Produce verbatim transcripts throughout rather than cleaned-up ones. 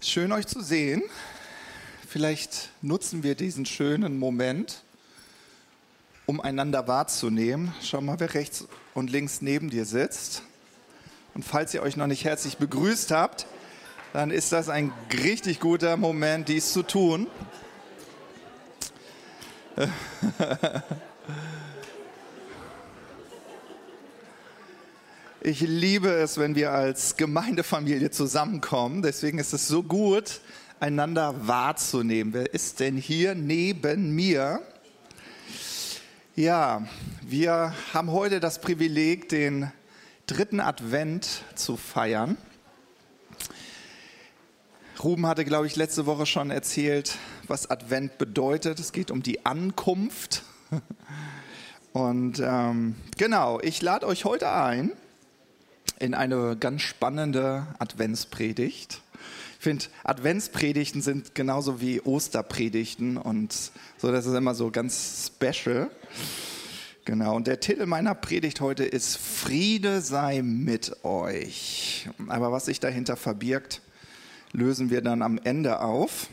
Schön euch zu sehen. Vielleicht nutzen wir diesen schönen Moment, um einander wahrzunehmen. Schau mal, wer rechts und links neben dir sitzt. Und falls ihr euch noch nicht herzlich begrüßt habt, dann ist das ein richtig guter Moment, dies zu tun. Ich liebe es, wenn wir als Gemeindefamilie zusammenkommen. Deswegen ist es so gut, einander wahrzunehmen. Wer ist denn hier neben mir? Ja, wir haben heute das Privileg, den dritten Advent zu feiern. Ruben hatte, glaube ich, letzte Woche schon erzählt, was Advent bedeutet. Es geht um die Ankunft. Und ähm, genau, ich lade euch heute ein in eine ganz spannende Adventspredigt. Ich finde, Adventspredigten sind genauso wie Osterpredigten und so, das ist immer so ganz special. Genau, und der Titel meiner Predigt heute ist Friede sei mit euch. Aber was sich dahinter verbirgt, lösen wir dann am Ende auf.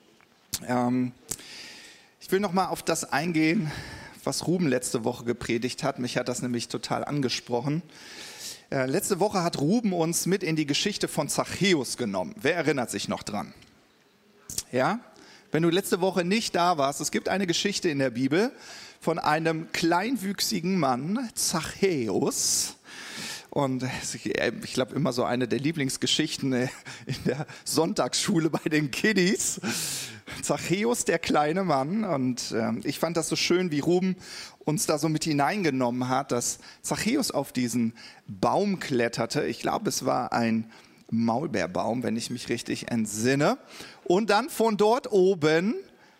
Ähm, ich will noch mal auf das eingehen, was Ruben letzte Woche gepredigt hat. Mich hat das nämlich total angesprochen. Äh, letzte Woche hat Ruben uns mit in die Geschichte von Zachäus genommen. Wer erinnert sich noch dran? Ja? Wenn du letzte Woche nicht da warst, es gibt eine Geschichte in der Bibel von einem kleinwüchsigen Mann, Zachäus. Und ich glaube, immer so eine der Lieblingsgeschichten in der Sonntagsschule bei den Kiddies. Zachäus, der kleine Mann. Und ich fand das so schön, wie Ruben uns da so mit hineingenommen hat, dass Zachäus auf diesen Baum kletterte. Ich glaube, es war ein Maulbeerbaum, wenn ich mich richtig entsinne. Und dann von dort oben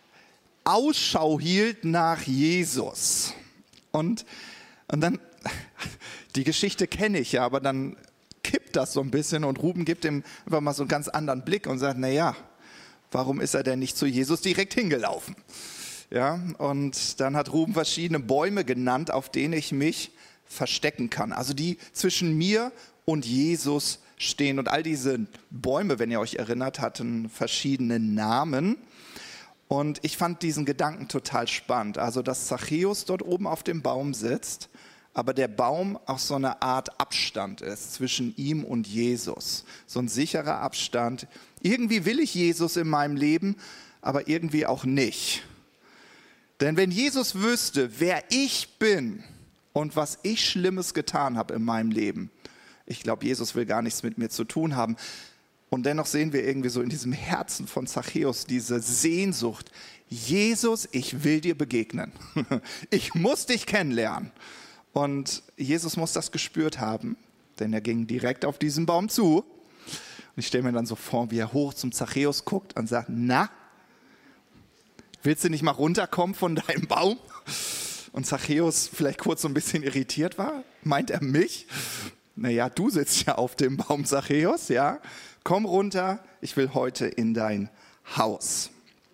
Ausschau hielt nach Jesus. Und, und dann... Die Geschichte kenne ich ja, aber dann kippt das so ein bisschen und Ruben gibt ihm einfach mal so einen ganz anderen Blick und sagt, naja, warum ist er denn nicht zu Jesus direkt hingelaufen? Ja, und dann hat Ruben verschiedene Bäume genannt, auf denen ich mich verstecken kann. Also die zwischen mir und Jesus stehen. Und all diese Bäume, wenn ihr euch erinnert, hatten verschiedene Namen. Und ich fand diesen Gedanken total spannend. Also, dass Zachäus dort oben auf dem Baum sitzt, aber der Baum auch so eine Art Abstand ist zwischen ihm und Jesus. So ein sicherer Abstand. Irgendwie will ich Jesus in meinem Leben, aber irgendwie auch nicht. Denn wenn Jesus wüsste, wer ich bin und was ich Schlimmes getan habe in meinem Leben, ich glaube, Jesus will gar nichts mit mir zu tun haben. Und dennoch sehen wir irgendwie so in diesem Herzen von Zachäus diese Sehnsucht. Jesus, ich will dir begegnen. Ich muss dich kennenlernen. Und Jesus muss das gespürt haben, denn er ging direkt auf diesen Baum zu. Und ich stelle mir dann so vor, wie er hoch zum Zachäus guckt und sagt, na, willst du nicht mal runterkommen von deinem Baum? Und Zachäus vielleicht kurz so ein bisschen irritiert war. Meint er mich? Naja, du sitzt ja auf dem Baum, Zachäus, ja. Komm runter, ich will heute in dein Haus.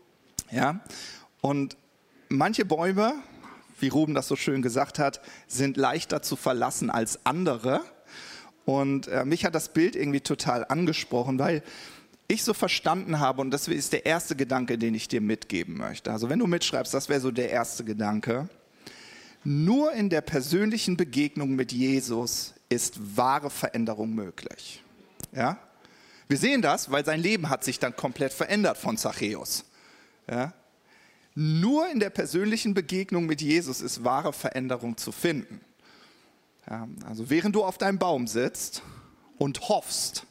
Ja, und manche Bäume, wie Ruben das so schön gesagt hat, sind leichter zu verlassen als andere. Und äh, mich hat das Bild irgendwie total angesprochen, weil ich so verstanden habe, und das ist der erste Gedanke, den ich dir mitgeben möchte. Also wenn du mitschreibst, das wäre so der erste Gedanke. Nur in der persönlichen Begegnung mit Jesus ist wahre Veränderung möglich. Ja? Wir sehen das, weil sein Leben hat sich dann komplett verändert von Zachäus. Ja? Nur in der persönlichen Begegnung mit Jesus ist wahre Veränderung zu finden. Ja, also während du auf deinem Baum sitzt und hoffst,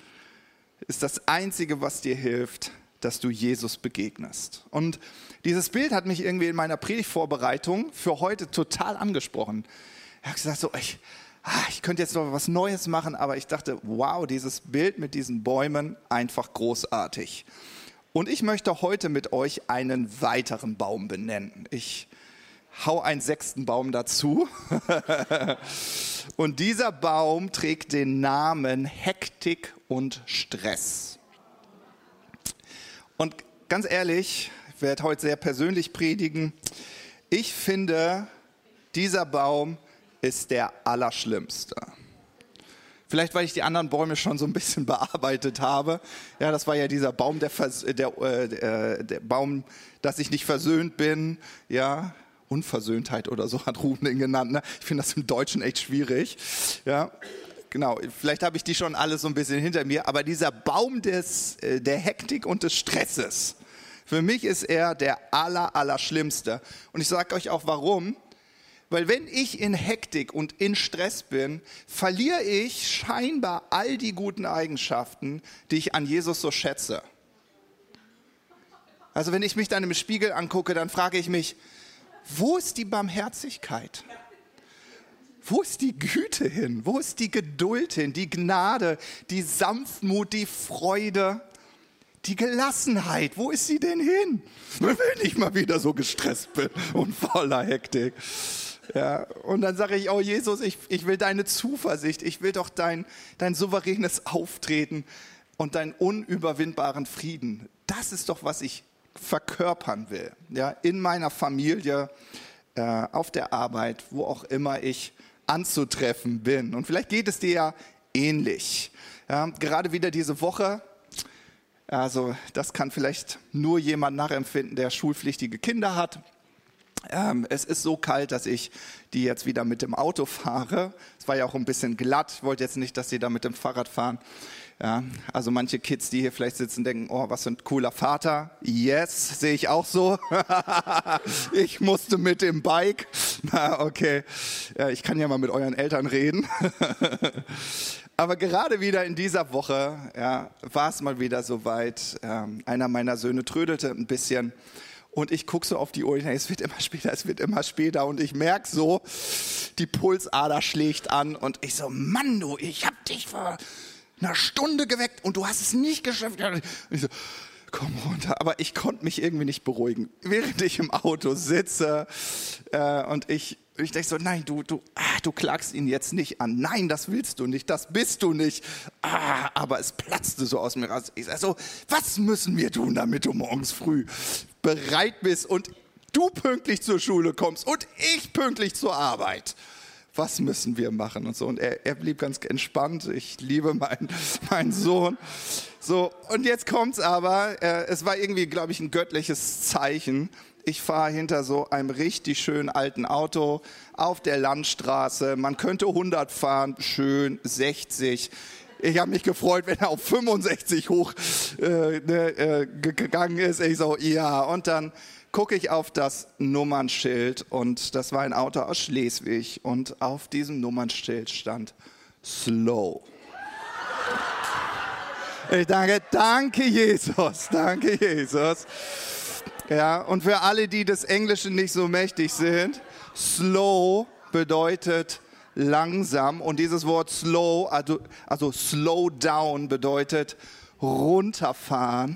ist das Einzige, was dir hilft, dass du Jesus begegnest. Und dieses Bild hat mich irgendwie in meiner Predigtvorbereitung für heute total angesprochen. Ich habe gesagt, so, ich, ah, ich könnte jetzt noch was Neues machen, aber ich dachte, wow, dieses Bild mit diesen Bäumen, einfach großartig. Und ich möchte heute mit euch einen weiteren Baum benennen. Ich hau einen sechsten Baum dazu. Und dieser Baum trägt den Namen Hektik und Stress. Und ganz ehrlich, ich werde heute sehr persönlich predigen. Ich finde, dieser Baum ist der Allerschlimmste. Vielleicht, weil ich die anderen Bäume schon so ein bisschen bearbeitet habe. Ja, das war ja dieser Baum, der, Vers- der, äh, der Baum, dass ich nicht versöhnt bin. Ja, Unversöhntheit oder so hat Ruben den genannt. Ne? Ich finde das im Deutschen echt schwierig. Ja, genau. Vielleicht habe ich die schon alle so ein bisschen hinter mir. Aber dieser Baum des, äh, der Hektik und des Stresses, für mich ist er der aller, aller Schlimmste. Und ich sage euch auch warum. Weil wenn ich in Hektik und in Stress bin, verliere ich scheinbar all die guten Eigenschaften, die ich an Jesus so schätze. Also wenn ich mich dann im Spiegel angucke, dann frage ich mich, wo ist die Barmherzigkeit? Wo ist die Güte hin? Wo ist die Geduld hin? Die Gnade, die Sanftmut, die Freude, die Gelassenheit. Wo ist sie denn hin? Wenn ich mal wieder so gestresst bin und voller Hektik. Ja, und dann sage ich, oh Jesus, ich, ich will deine Zuversicht, ich will doch dein, dein souveränes Auftreten und deinen unüberwindbaren Frieden. Das ist doch, was ich verkörpern will. Ja, in meiner Familie, äh, auf der Arbeit, wo auch immer ich anzutreffen bin. Und vielleicht geht es dir ja ähnlich. Ja, gerade wieder diese Woche, also das kann vielleicht nur jemand nachempfinden, der schulpflichtige Kinder hat. Ähm, es ist so kalt, dass ich die jetzt wieder mit dem Auto fahre. Es war ja auch ein bisschen glatt. Ich wollte jetzt nicht, dass sie da mit dem Fahrrad fahren. Ja, also manche Kids, die hier vielleicht sitzen, denken, oh, was für ein cooler Vater. Yes, sehe ich auch so. Ich musste mit dem Bike. Na, okay. Ja, ich kann ja mal mit euren Eltern reden. Aber gerade wieder in dieser Woche ja, war es mal wieder soweit. Ähm, einer meiner Söhne trödelte ein bisschen. Und ich gucke so auf die Uhr, es wird immer später, es wird immer später. Und ich merke so, die Pulsader schlägt an. Und ich so, Mann, du, ich hab dich vor einer Stunde geweckt und du hast es nicht geschafft. Und ich so, komm runter. Aber ich konnte mich irgendwie nicht beruhigen. Während ich im Auto sitze äh, und ich, ich denke so, nein, du, du, ah, du klagst ihn jetzt nicht an. Nein, das willst du nicht, das bist du nicht. Ah, aber es platzte so aus mir raus. Ich sage so, was müssen wir tun, damit du morgens früh bereit bist und du pünktlich zur Schule kommst und ich pünktlich zur Arbeit? Was müssen wir machen und so. Und er, er blieb ganz entspannt. Ich liebe meinen, meinen Sohn. So, und jetzt kommt's aber, äh, es war irgendwie, glaube ich, ein göttliches Zeichen. Ich fahre hinter so einem richtig schönen alten Auto auf der Landstraße. Man könnte hundert fahren, schön sechzig. Ich habe mich gefreut, wenn er auf fünfundsechzig hoch äh, ne, äh, gegangen ist. Ich so, ja. Und dann gucke ich auf das Nummernschild und das war ein Auto aus Schleswig und auf diesem Nummernschild stand Slow. Ich danke, danke Jesus, danke Jesus. Ja, und für alle, die des Englischen nicht so mächtig sind, Slow bedeutet langsam und dieses Wort Slow, also, also Slow down bedeutet runterfahren,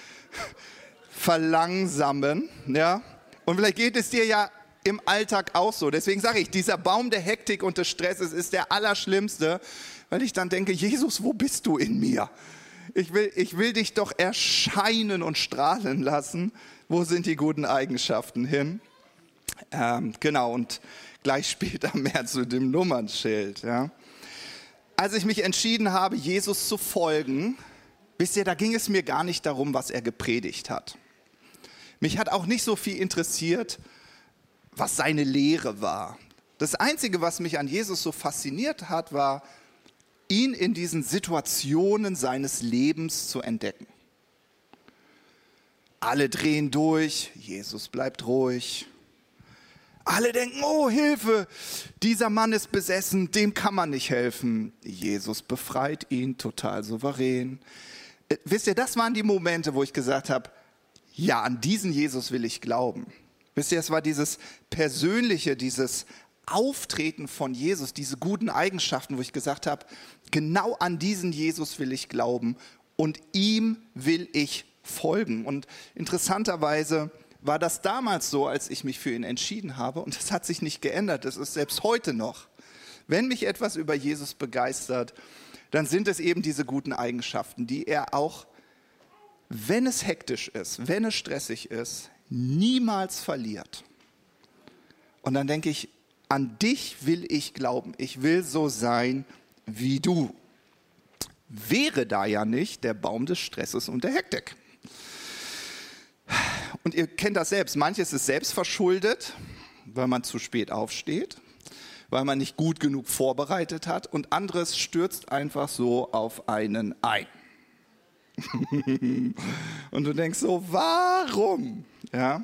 verlangsamen, ja. Und vielleicht geht es dir ja im Alltag auch so. Deswegen sage ich, dieser Baum der Hektik und des Stresses ist der allerschlimmste, weil ich dann denke, Jesus, wo bist du in mir? Ich will, ich will dich doch erscheinen und strahlen lassen. Wo sind die guten Eigenschaften hin? Ähm, genau, und gleich später mehr zu dem Nummernschild. Ja. Als ich mich entschieden habe, Jesus zu folgen, wisst ihr, da ging es mir gar nicht darum, was er gepredigt hat. Mich hat auch nicht so viel interessiert, was seine Lehre war. Das Einzige, was mich an Jesus so fasziniert hat, war, ihn in diesen Situationen seines Lebens zu entdecken. Alle drehen durch, Jesus bleibt ruhig. Alle denken, oh Hilfe, dieser Mann ist besessen, dem kann man nicht helfen. Jesus befreit ihn, total souverän. Äh, wisst ihr, das waren die Momente, wo ich gesagt habe, ja, an diesen Jesus will ich glauben. Wisst ihr, es war dieses Persönliche, dieses Auftreten von Jesus, diese guten Eigenschaften, wo ich gesagt habe, genau an diesen Jesus will ich glauben und ihm will ich folgen. Und interessanterweise war das damals so, als ich mich für ihn entschieden habe und das hat sich nicht geändert, das ist selbst heute noch. Wenn mich etwas über Jesus begeistert, dann sind es eben diese guten Eigenschaften, die er auch, wenn es hektisch ist, wenn es stressig ist, niemals verliert. Und dann denke ich, an dich will ich glauben. Ich will so sein wie du. Wäre da ja nicht der Baum des Stresses und der Hektik. Und ihr kennt das selbst. Manches ist selbst verschuldet, weil man zu spät aufsteht, weil man nicht gut genug vorbereitet hat, und anderes stürzt einfach so auf einen ein. Und du denkst so, warum? Ja.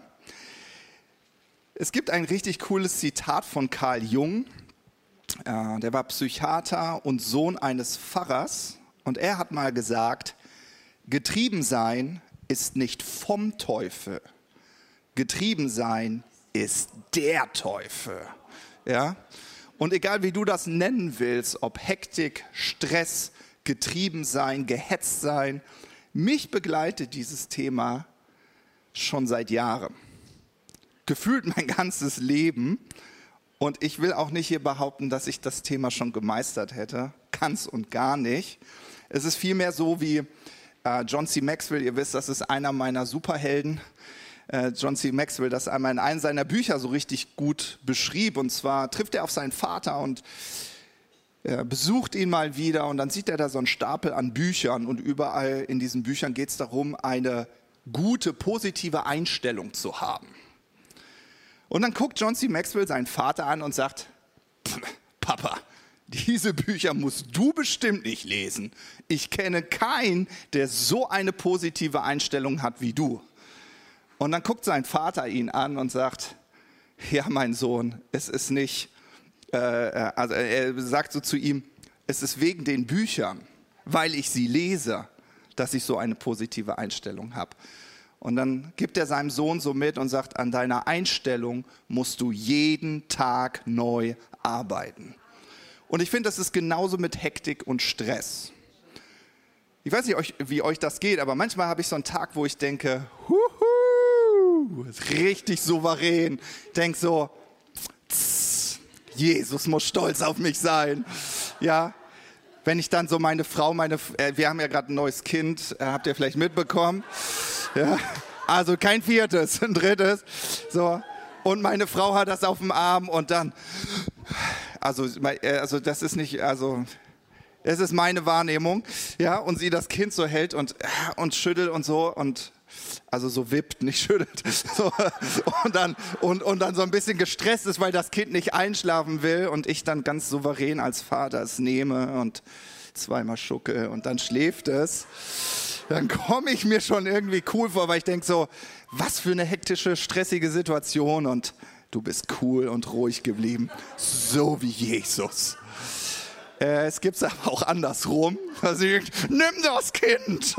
Es gibt ein richtig cooles Zitat von Carl Jung. Äh, der war Psychiater und Sohn eines Pfarrers. Und er hat mal gesagt, getrieben sein ist nicht vom Teufel. Getrieben sein ist der Teufel. Ja? Und egal wie du das nennen willst, ob Hektik, Stress, getrieben sein, gehetzt sein, mich begleitet dieses Thema schon seit Jahren. Gefühlt mein ganzes Leben. Und ich will auch nicht hier behaupten, dass ich das Thema schon gemeistert hätte. Ganz und gar nicht. Es ist vielmehr so wie äh, John C. Maxwell, ihr wisst, das ist einer meiner Superhelden. Äh, John C. Maxwell, das einmal in einem seiner Bücher so richtig gut beschrieb. Und zwar trifft er auf seinen Vater und äh, besucht ihn mal wieder. Und dann sieht er da so einen Stapel an Büchern. Und überall in diesen Büchern geht es darum, eine gute, positive Einstellung zu haben. Und dann guckt John C. Maxwell seinen Vater an und sagt, Papa, diese Bücher musst du bestimmt nicht lesen. Ich kenne keinen, der so eine positive Einstellung hat wie du. Und dann guckt sein Vater ihn an und sagt, ja, mein Sohn, es ist nicht, äh, also er sagt so zu ihm, es ist wegen den Büchern, weil ich sie lese, dass ich so eine positive Einstellung habe. Und dann gibt er seinem Sohn so mit und sagt, an deiner Einstellung musst du jeden Tag neu arbeiten. Und ich finde, das ist genauso mit Hektik und Stress. Ich weiß nicht, wie euch das geht, aber manchmal habe ich so einen Tag, wo ich denke, huhu, richtig souverän. Ich denke so, tss, Jesus muss stolz auf mich sein. Ja, wenn ich dann so meine Frau, meine, äh, wir haben ja gerade ein neues Kind, äh, habt ihr vielleicht mitbekommen. Ja, also kein viertes, ein drittes. So. Und meine Frau hat das auf dem Arm und dann, also, also das ist nicht, also es ist meine Wahrnehmung, ja, und sie das Kind so hält und, und schüttelt und so und, also so wippt, nicht schüttelt, so, und dann, und, und dann so ein bisschen gestresst ist, weil das Kind nicht einschlafen will und ich dann ganz souverän als Vater es nehme und zweimal schucke und dann schläft es. Dann komme ich mir schon irgendwie cool vor, weil ich denke so, was für eine hektische, stressige Situation und du bist cool und ruhig geblieben, so wie Jesus. Äh, es gibt es aber auch andersrum. Also, nimm das Kind.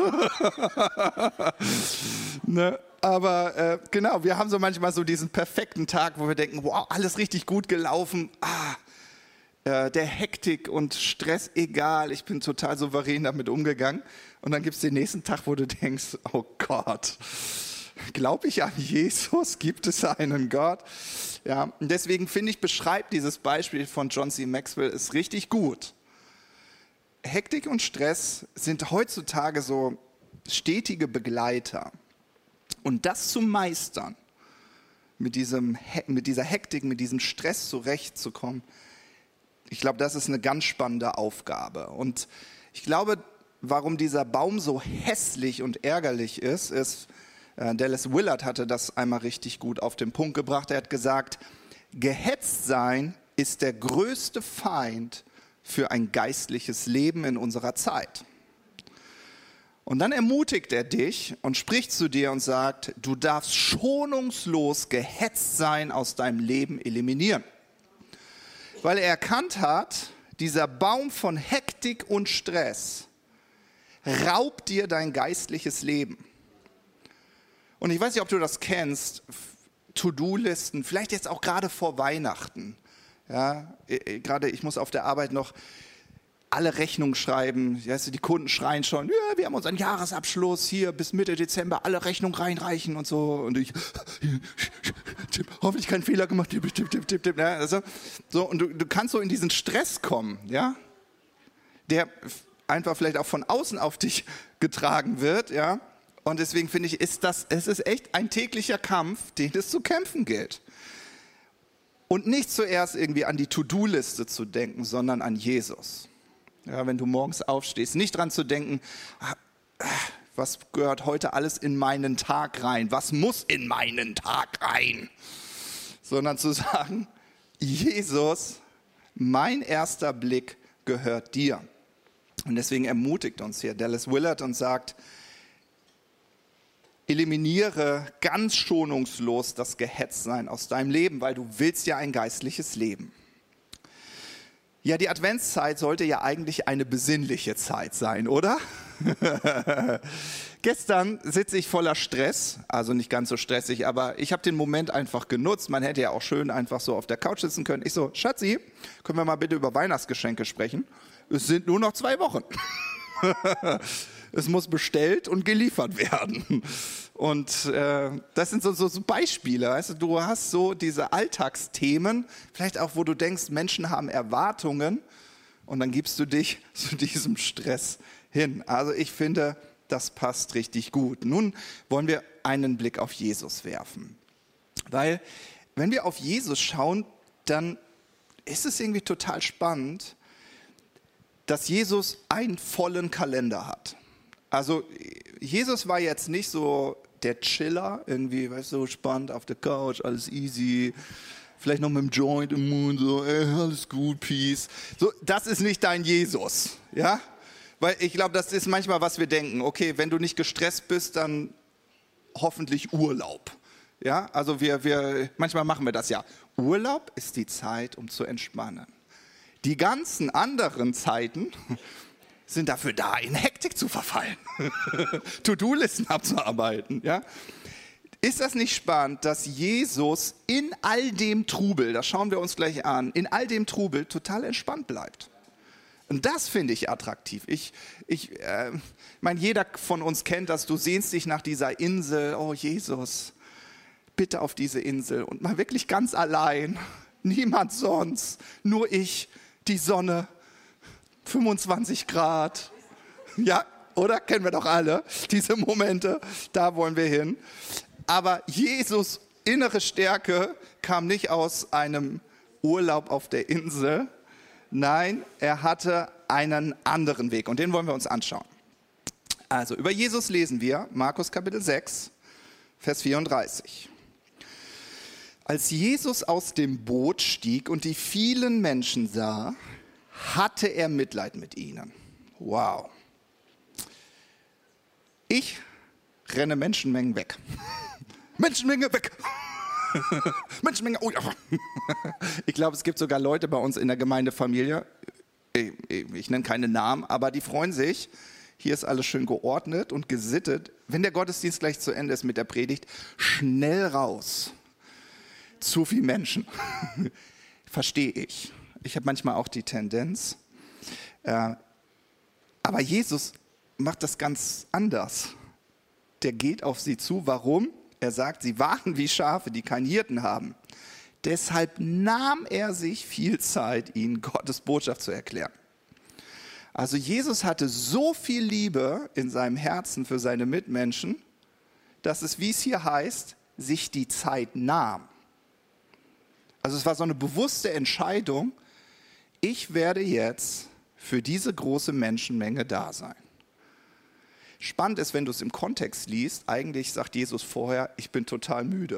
Ne? Aber äh, genau, wir haben so manchmal so diesen perfekten Tag, wo wir denken, wow, alles richtig gut gelaufen. Ah, äh, der Hektik und Stress egal, ich bin total souverän damit umgegangen. Und dann gibt es den nächsten Tag, wo du denkst, oh Gott, glaube ich an Jesus? Gibt es einen Gott? Ja, und deswegen finde ich, beschreibt dieses Beispiel von John C. Maxwell es richtig gut. Hektik und Stress sind heutzutage so stetige Begleiter. Und das zu meistern, mit, diesem, mit dieser Hektik, mit diesem Stress zurechtzukommen, ich glaube, das ist eine ganz spannende Aufgabe. Und ich glaube, warum dieser Baum so hässlich und ärgerlich ist, ist, äh, Dallas Willard hatte das einmal richtig gut auf den Punkt gebracht. Er hat gesagt, gehetzt sein ist der größte Feind für ein geistliches Leben in unserer Zeit. Und dann ermutigt er dich und spricht zu dir und sagt, du darfst schonungslos gehetzt sein aus deinem Leben eliminieren. Weil er erkannt hat, dieser Baum von Hektik und Stress raubt dir dein geistliches Leben. Und ich weiß nicht, ob du das kennst, To-Do-Listen, vielleicht jetzt auch gerade vor Weihnachten. Ja, gerade ich muss auf der Arbeit noch alle Rechnungen schreiben. Die Kunden schreien schon, ja, wir haben unseren Jahresabschluss hier bis Mitte Dezember, alle Rechnungen reinreichen und so. Und ich, hoffentlich keinen Fehler gemacht. Tipp, tipp, tipp, tipp, tipp. Ja, also, so, und du, du kannst so in diesen Stress kommen, ja, der einfach vielleicht auch von außen auf dich getragen wird, ja. Und deswegen finde ich, ist das, es ist echt ein täglicher Kampf, den es zu kämpfen gilt. Und nicht zuerst irgendwie an die To-Do-Liste zu denken, sondern an Jesus. Ja, wenn du morgens aufstehst, nicht dran zu denken, was gehört heute alles in meinen Tag rein? Was muss in meinen Tag rein? Sondern zu sagen, Jesus, mein erster Blick gehört dir. Und deswegen ermutigt uns hier Dallas Willard und sagt, eliminiere ganz schonungslos das Gehetztsein aus deinem Leben, weil du willst ja ein geistliches Leben. Ja, die Adventszeit sollte ja eigentlich eine besinnliche Zeit sein, oder? Gestern sitze ich voller Stress, also nicht ganz so stressig, aber ich habe den Moment einfach genutzt. Man hätte ja auch schön einfach so auf der Couch sitzen können. Ich so, Schatzi, können wir mal bitte über Weihnachtsgeschenke sprechen? Es sind nur noch zwei Wochen. Es muss bestellt und geliefert werden. Und äh, das sind so, so, so Beispiele. Weißt du, du hast so diese Alltagsthemen, vielleicht auch, wo du denkst, Menschen haben Erwartungen und dann gibst du dich zu diesem Stress hin. Also ich finde, das passt richtig gut. Nun wollen wir einen Blick auf Jesus werfen. Weil wenn wir auf Jesus schauen, dann ist es irgendwie total spannend, dass Jesus einen vollen Kalender hat. Also Jesus war jetzt nicht so der Chiller, irgendwie, weißt du, so spannend auf der Couch, alles easy, vielleicht noch mit dem Joint im Mund, so, ey, alles gut, peace. So, das ist nicht dein Jesus, ja? Weil ich glaube, das ist manchmal, was wir denken. Okay, wenn du nicht gestresst bist, dann hoffentlich Urlaub. Ja, also wir, wir, manchmal machen wir das ja. Urlaub ist die Zeit, um zu entspannen. Die ganzen anderen Zeiten sind dafür da, in Hektik zu verfallen, To-Do-Listen abzuarbeiten. Ja? Ist das nicht spannend, dass Jesus in all dem Trubel, das schauen wir uns gleich an, in all dem Trubel total entspannt bleibt? Und das finde ich attraktiv. Ich, ich äh, meine, jeder von uns kennt das, du sehnst dich nach dieser Insel, oh Jesus, bitte auf diese Insel und mal wirklich ganz allein, niemand sonst, nur ich, die Sonne, fünfundzwanzig Grad, ja, oder? Kennen wir doch alle, diese Momente, da wollen wir hin. Aber Jesus' innere Stärke kam nicht aus einem Urlaub auf der Insel, nein, er hatte einen anderen Weg und den wollen wir uns anschauen. Also über Jesus lesen wir, Markus Kapitel sechs, Vers vierunddreißig. Als Jesus aus dem Boot stieg und die vielen Menschen sah, hatte er Mitleid mit ihnen. Wow. Ich renne Menschenmengen weg. Menschenmenge weg. Menschenmenge, oh ja. Ich glaube, es gibt sogar Leute bei uns in der Gemeindefamilie, ich, ich nenne keine Namen, aber die freuen sich, hier ist alles schön geordnet und gesittet. Wenn der Gottesdienst gleich zu Ende ist mit der Predigt, schnell raus. Zu viele Menschen. Verstehe ich. Ich habe manchmal auch die Tendenz. Äh, aber Jesus macht das ganz anders. Der geht auf sie zu. Warum? Er sagt, sie waren wie Schafe, die keinen Hirten haben. Deshalb nahm er sich viel Zeit, ihnen Gottes Botschaft zu erklären. Also Jesus hatte so viel Liebe in seinem Herzen für seine Mitmenschen, dass es, wie es hier heißt, sich die Zeit nahm. Also es war so eine bewusste Entscheidung, ich werde jetzt für diese große Menschenmenge da sein. Spannend ist, wenn du es im Kontext liest, eigentlich sagt Jesus vorher, ich bin total müde.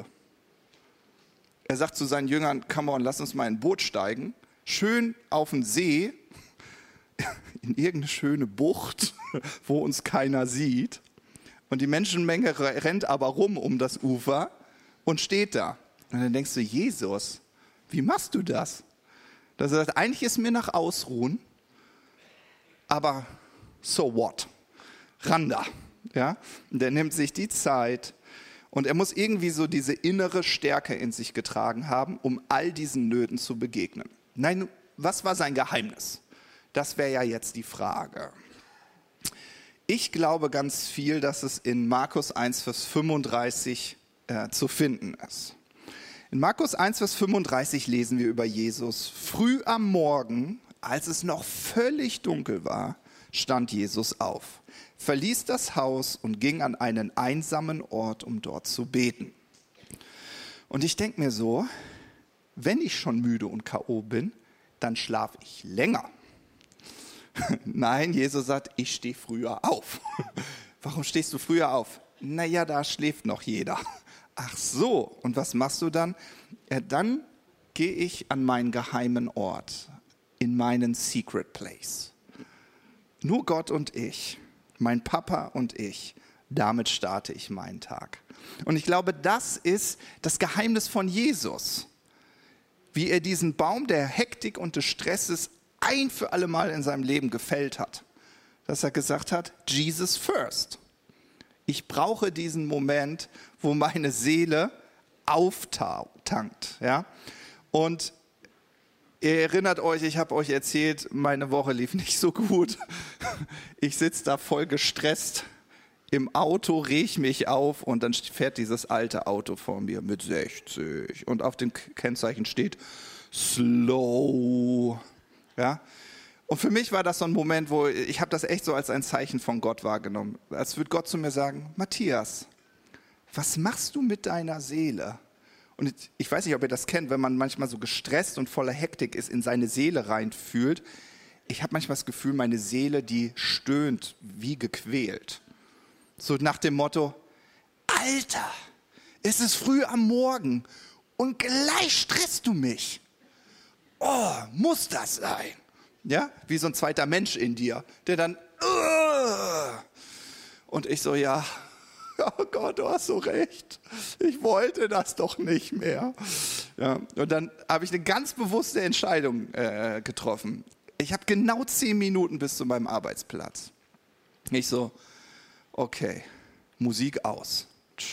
Er sagt zu seinen Jüngern, come on, lass uns mal in ein Boot steigen, schön auf den See, in irgendeine schöne Bucht, wo uns keiner sieht. Und die Menschenmenge rennt aber rum um das Ufer und steht da. Und dann denkst du, Jesus, wie machst du das? Das heißt, eigentlich ist mir nach Ausruhen, aber so what? Randa. Ja? Und er nimmt sich die Zeit und er muss irgendwie so diese innere Stärke in sich getragen haben, um all diesen Nöten zu begegnen. Nein, was war sein Geheimnis? Das wäre ja jetzt die Frage. Ich glaube ganz viel, dass es in Markus eins, Vers fünfunddreißig äh, zu finden ist. In Markus eins, Vers fünfunddreißig lesen wir über Jesus. Früh am Morgen, als es noch völlig dunkel war, stand Jesus auf, verließ das Haus und ging an einen einsamen Ort, um dort zu beten. Und ich denke mir so, wenn ich schon müde und K O bin, dann schlafe ich länger. Nein, Jesus sagt, ich stehe früher auf. Warum stehst du früher auf? Naja, da schläft noch jeder. Ach so, und was machst du dann? Ja, dann gehe ich an meinen geheimen Ort, in meinen Secret Place. Nur Gott und ich, mein Papa und ich, damit starte ich meinen Tag. Und ich glaube, das ist das Geheimnis von Jesus. Wie er diesen Baum der Hektik und des Stresses ein für alle Mal in seinem Leben gefällt hat. Dass er gesagt hat, Jesus first. Ich brauche diesen Moment, wo meine Seele auftankt. Ja? Und ihr erinnert euch, ich habe euch erzählt, meine Woche lief nicht so gut. Ich sitze da voll gestresst im Auto, reg mich auf und dann fährt dieses alte Auto vor mir mit sechzig und auf dem Kennzeichen steht slow. Ja? Und für mich war das so ein Moment, wo ich habe das echt so als ein Zeichen von Gott wahrgenommen. Als würde Gott zu mir sagen, Matthias, was machst du mit deiner Seele? Und ich weiß nicht, ob ihr das kennt, wenn man manchmal so gestresst und voller Hektik ist, in seine Seele reinfühlt. Ich habe manchmal das Gefühl, meine Seele, die stöhnt wie gequält. So nach dem Motto, Alter, es ist früh am Morgen und gleich stresst du mich. Oh, muss das sein? Ja, wie so ein zweiter Mensch in dir, der dann, uh, und ich so, ja, oh Gott, du hast so recht, ich wollte das doch nicht mehr. Ja, und dann habe ich eine ganz bewusste Entscheidung äh, getroffen. Ich habe genau zehn Minuten bis zu meinem Arbeitsplatz. Ich so, okay, Musik aus.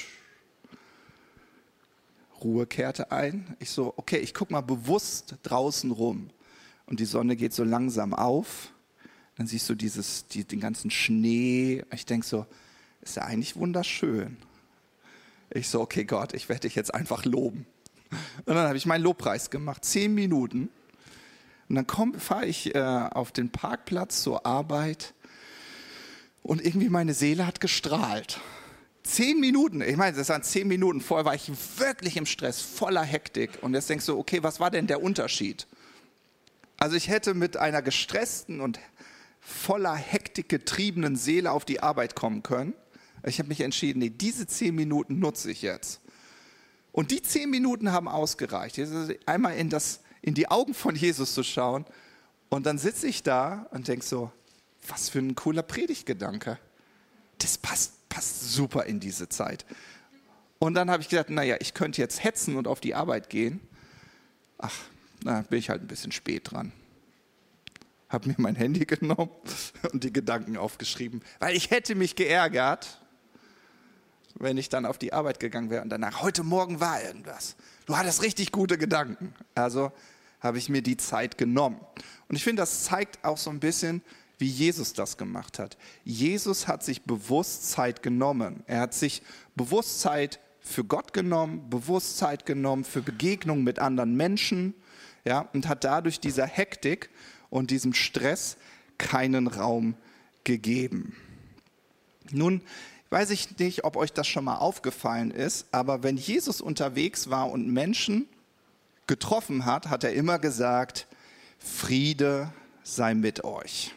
Ruhe kehrte ein. Ich so, okay, ich gucke mal bewusst draußen rum. Und die Sonne geht so langsam auf. Dann siehst du dieses, die, den ganzen Schnee. Ich denke so, ist ja eigentlich wunderschön. Ich so, okay Gott, ich werde dich jetzt einfach loben. Und dann habe ich meinen Lobpreis gemacht, zehn Minuten. Und dann fahre ich äh, auf den Parkplatz zur Arbeit. Und irgendwie meine Seele hat gestrahlt. Zehn Minuten, ich meine, das waren zehn Minuten. Vorher war ich wirklich im Stress, voller Hektik. Und jetzt denkst du, okay, was war denn der Unterschied? Also ich hätte mit einer gestressten und voller Hektik getriebenen Seele auf die Arbeit kommen können. Ich habe mich entschieden, nee, diese zehn Minuten nutze ich jetzt. Und die zehn Minuten haben ausgereicht. Einmal in, das, in die Augen von Jesus zu schauen. Und dann sitze ich da und denke so, was für ein cooler Predigtgedanke. Das passt, passt super in diese Zeit. Und dann habe ich gedacht, naja, ich könnte jetzt hetzen und auf die Arbeit gehen. Ach, na, bin ich halt ein bisschen spät dran. Habe mir mein Handy genommen und die Gedanken aufgeschrieben. Weil ich hätte mich geärgert, wenn ich dann auf die Arbeit gegangen wäre und danach, heute Morgen war irgendwas. Du hattest richtig gute Gedanken. Also habe ich mir die Zeit genommen. Und ich finde, das zeigt auch so ein bisschen, wie Jesus das gemacht hat. Jesus hat sich bewusst Zeit genommen. Er hat sich bewusst Zeit für Gott genommen, bewusst Zeit genommen für Begegnungen mit anderen Menschen, ja, und hat dadurch dieser Hektik und diesem Stress keinen Raum gegeben. Nun weiß ich nicht, ob euch das schon mal aufgefallen ist, aber wenn Jesus unterwegs war und Menschen getroffen hat, hat er immer gesagt, Friede sei mit euch.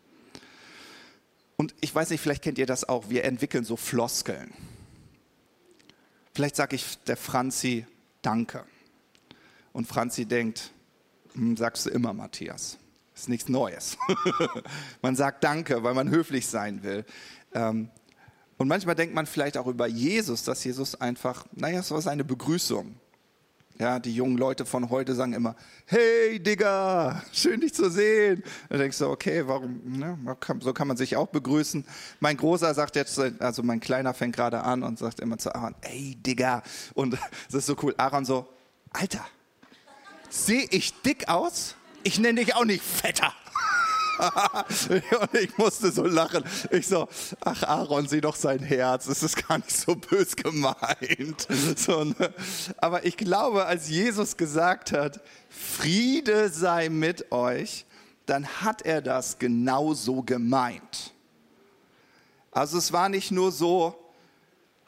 Und ich weiß nicht, vielleicht kennt ihr das auch, wir entwickeln so Floskeln. Vielleicht sage ich der Franzi Danke. Und Franzi denkt, hm, sagst du immer, Matthias. Das ist nichts Neues. Man sagt Danke, weil man höflich sein will. Und manchmal denkt man vielleicht auch über Jesus, dass Jesus einfach, naja, es war seine Begrüßung. Ja, die jungen Leute von heute sagen immer, hey Digga, schön dich zu sehen. Da denkst du, okay, warum, ne, so kann man sich auch begrüßen. Mein Großer sagt jetzt, also mein Kleiner fängt gerade an und sagt immer zu Aaron, hey Digga. Und das ist so cool. Aaron so, Alter, sehe ich dick aus? Ich nenne dich auch nicht Fetter. Und ich musste so lachen. Ich so, ach Aaron, sieh doch sein Herz, es ist gar nicht so bös gemeint. So, ne? Aber ich glaube, als Jesus gesagt hat, Friede sei mit euch, dann hat er das genauso gemeint. Also es war nicht nur so,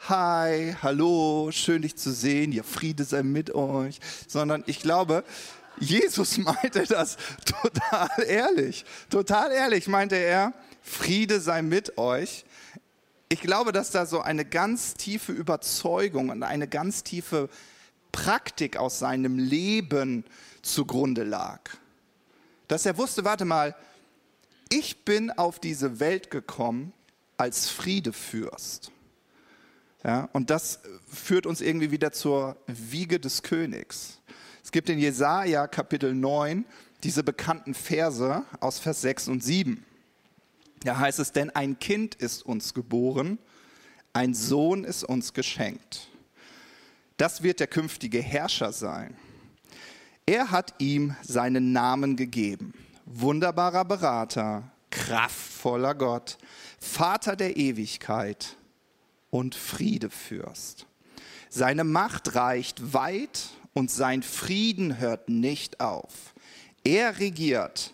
hi, hallo, schön dich zu sehen, ja, Friede sei mit euch, sondern ich glaube, Jesus meinte das total ehrlich. Total ehrlich meinte er, Friede sei mit euch. Ich glaube, dass da so eine ganz tiefe Überzeugung und eine ganz tiefe Praktik aus seinem Leben zugrunde lag. Dass er wusste, warte mal, ich bin auf diese Welt gekommen als Friedefürst. Ja, und das führt uns irgendwie wieder zur Wiege des Königs. Es gibt in Jesaja Kapitel neun diese bekannten Verse aus Vers sechs und sieben. Da heißt es, denn ein Kind ist uns geboren, ein Sohn ist uns geschenkt. Das wird der künftige Herrscher sein. Er hat ihm seinen Namen gegeben. Wunderbarer Berater, kraftvoller Gott, Vater der Ewigkeit und Friedefürst. Seine Macht reicht weit und sein Frieden hört nicht auf. Er regiert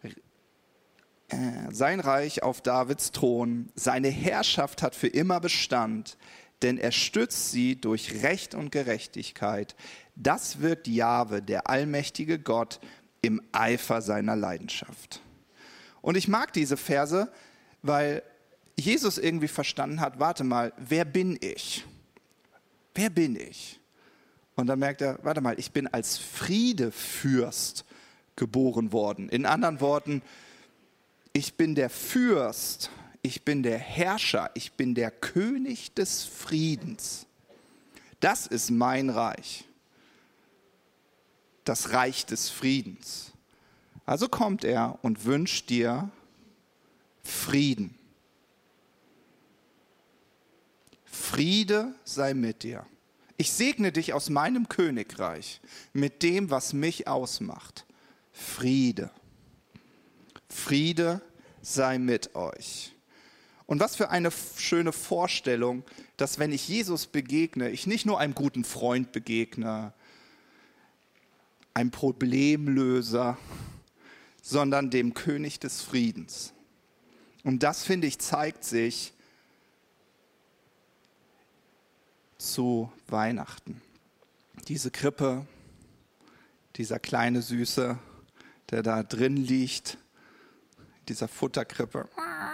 sein Reich auf Davids Thron, seine Herrschaft hat für immer Bestand, denn er stützt sie durch Recht und Gerechtigkeit. Das wirkt Jahwe, der allmächtige Gott, im Eifer seiner Leidenschaft. Und ich mag diese Verse, weil Jesus irgendwie verstanden hat, warte mal, wer bin ich? Wer bin ich? Und dann merkt er, warte mal, ich bin als Friedefürst geboren worden. In anderen Worten, ich bin der Fürst, ich bin der Herrscher, ich bin der König des Friedens. Das ist mein Reich. Das Reich des Friedens. Also kommt er und wünscht dir Frieden. Friede sei mit dir. Ich segne dich aus meinem Königreich mit dem, was mich ausmacht. Friede. Friede sei mit euch. Und was für eine schöne Vorstellung, dass wenn ich Jesus begegne, ich nicht nur einem guten Freund begegne, einem Problemlöser, sondern dem König des Friedens. Und das, finde ich, zeigt sich zu Weihnachten. Diese Krippe, dieser kleine Süße, der da drin liegt, dieser Futterkrippe.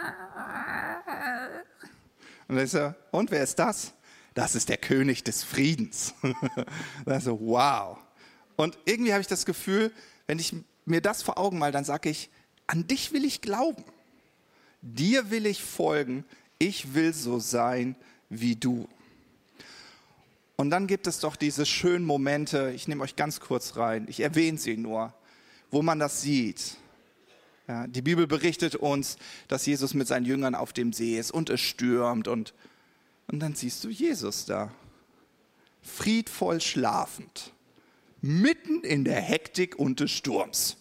Und, dann ist er, und wer ist das? Das ist der König des Friedens. Das ist so, wow. Und irgendwie habe ich das Gefühl, wenn ich mir das vor Augen mal, dann sage ich, an dich will ich glauben. Dir will ich folgen. Ich will so sein wie du. Und dann gibt es doch diese schönen Momente, ich nehme euch ganz kurz rein, ich erwähne sie nur, wo man das sieht. Ja, die Bibel berichtet uns, dass Jesus mit seinen Jüngern auf dem See ist und es stürmt. Und, und dann siehst du Jesus da, friedvoll schlafend, mitten in der Hektik und des Sturms.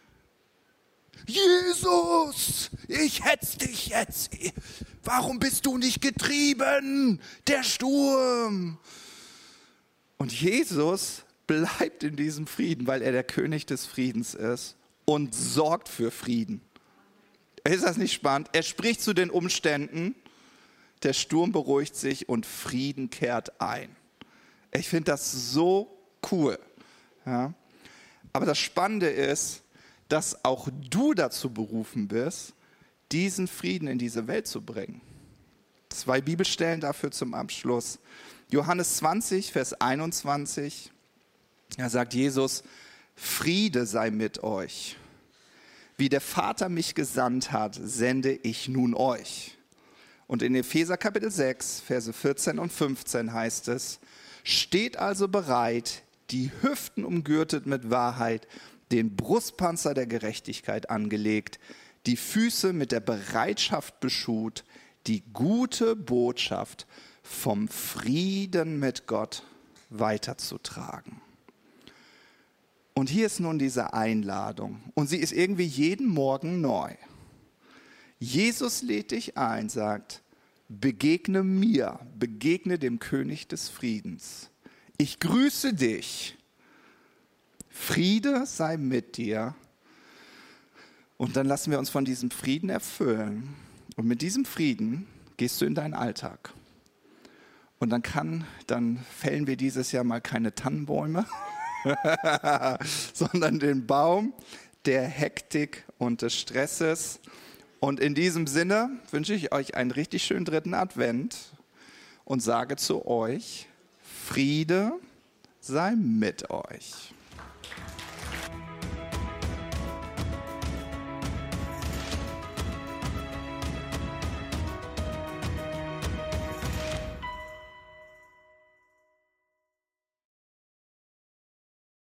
Jesus, ich hetz dich jetzt. Warum bist du nicht getrieben? Der Sturm. Und Jesus bleibt in diesem Frieden, weil er der König des Friedens ist und sorgt für Frieden. Ist das nicht spannend? Er spricht zu den Umständen, der Sturm beruhigt sich und Frieden kehrt ein. Ich finde das so cool. Ja? Aber das Spannende ist, dass auch du dazu berufen bist, diesen Frieden in diese Welt zu bringen. Zwei Bibelstellen dafür zum Abschluss. Johannes zwanzig, Vers einundzwanzig, da sagt Jesus, Friede sei mit euch. Wie der Vater mich gesandt hat, sende ich nun euch. Und in Epheser Kapitel sechs, Verse vierzehn und fünfzehn heißt es, steht also bereit, die Hüften umgürtet mit Wahrheit, den Brustpanzer der Gerechtigkeit angelegt, die Füße mit der Bereitschaft beschut, die gute Botschaft vom Frieden mit Gott weiterzutragen. Und hier ist nun diese Einladung und sie ist irgendwie jeden Morgen neu. Jesus lädt dich ein, sagt, begegne mir, begegne dem König des Friedens. Ich grüße dich. Friede sei mit dir. Und dann lassen wir uns von diesem Frieden erfüllen. Und mit diesem Frieden gehst du in deinen Alltag. Und dann kann, dann fällen wir dieses Jahr mal keine Tannenbäume. sondern den Baum der Hektik und des Stresses. Und in diesem Sinne wünsche ich euch einen richtig schönen dritten Advent und sage zu euch, Friede sei mit euch.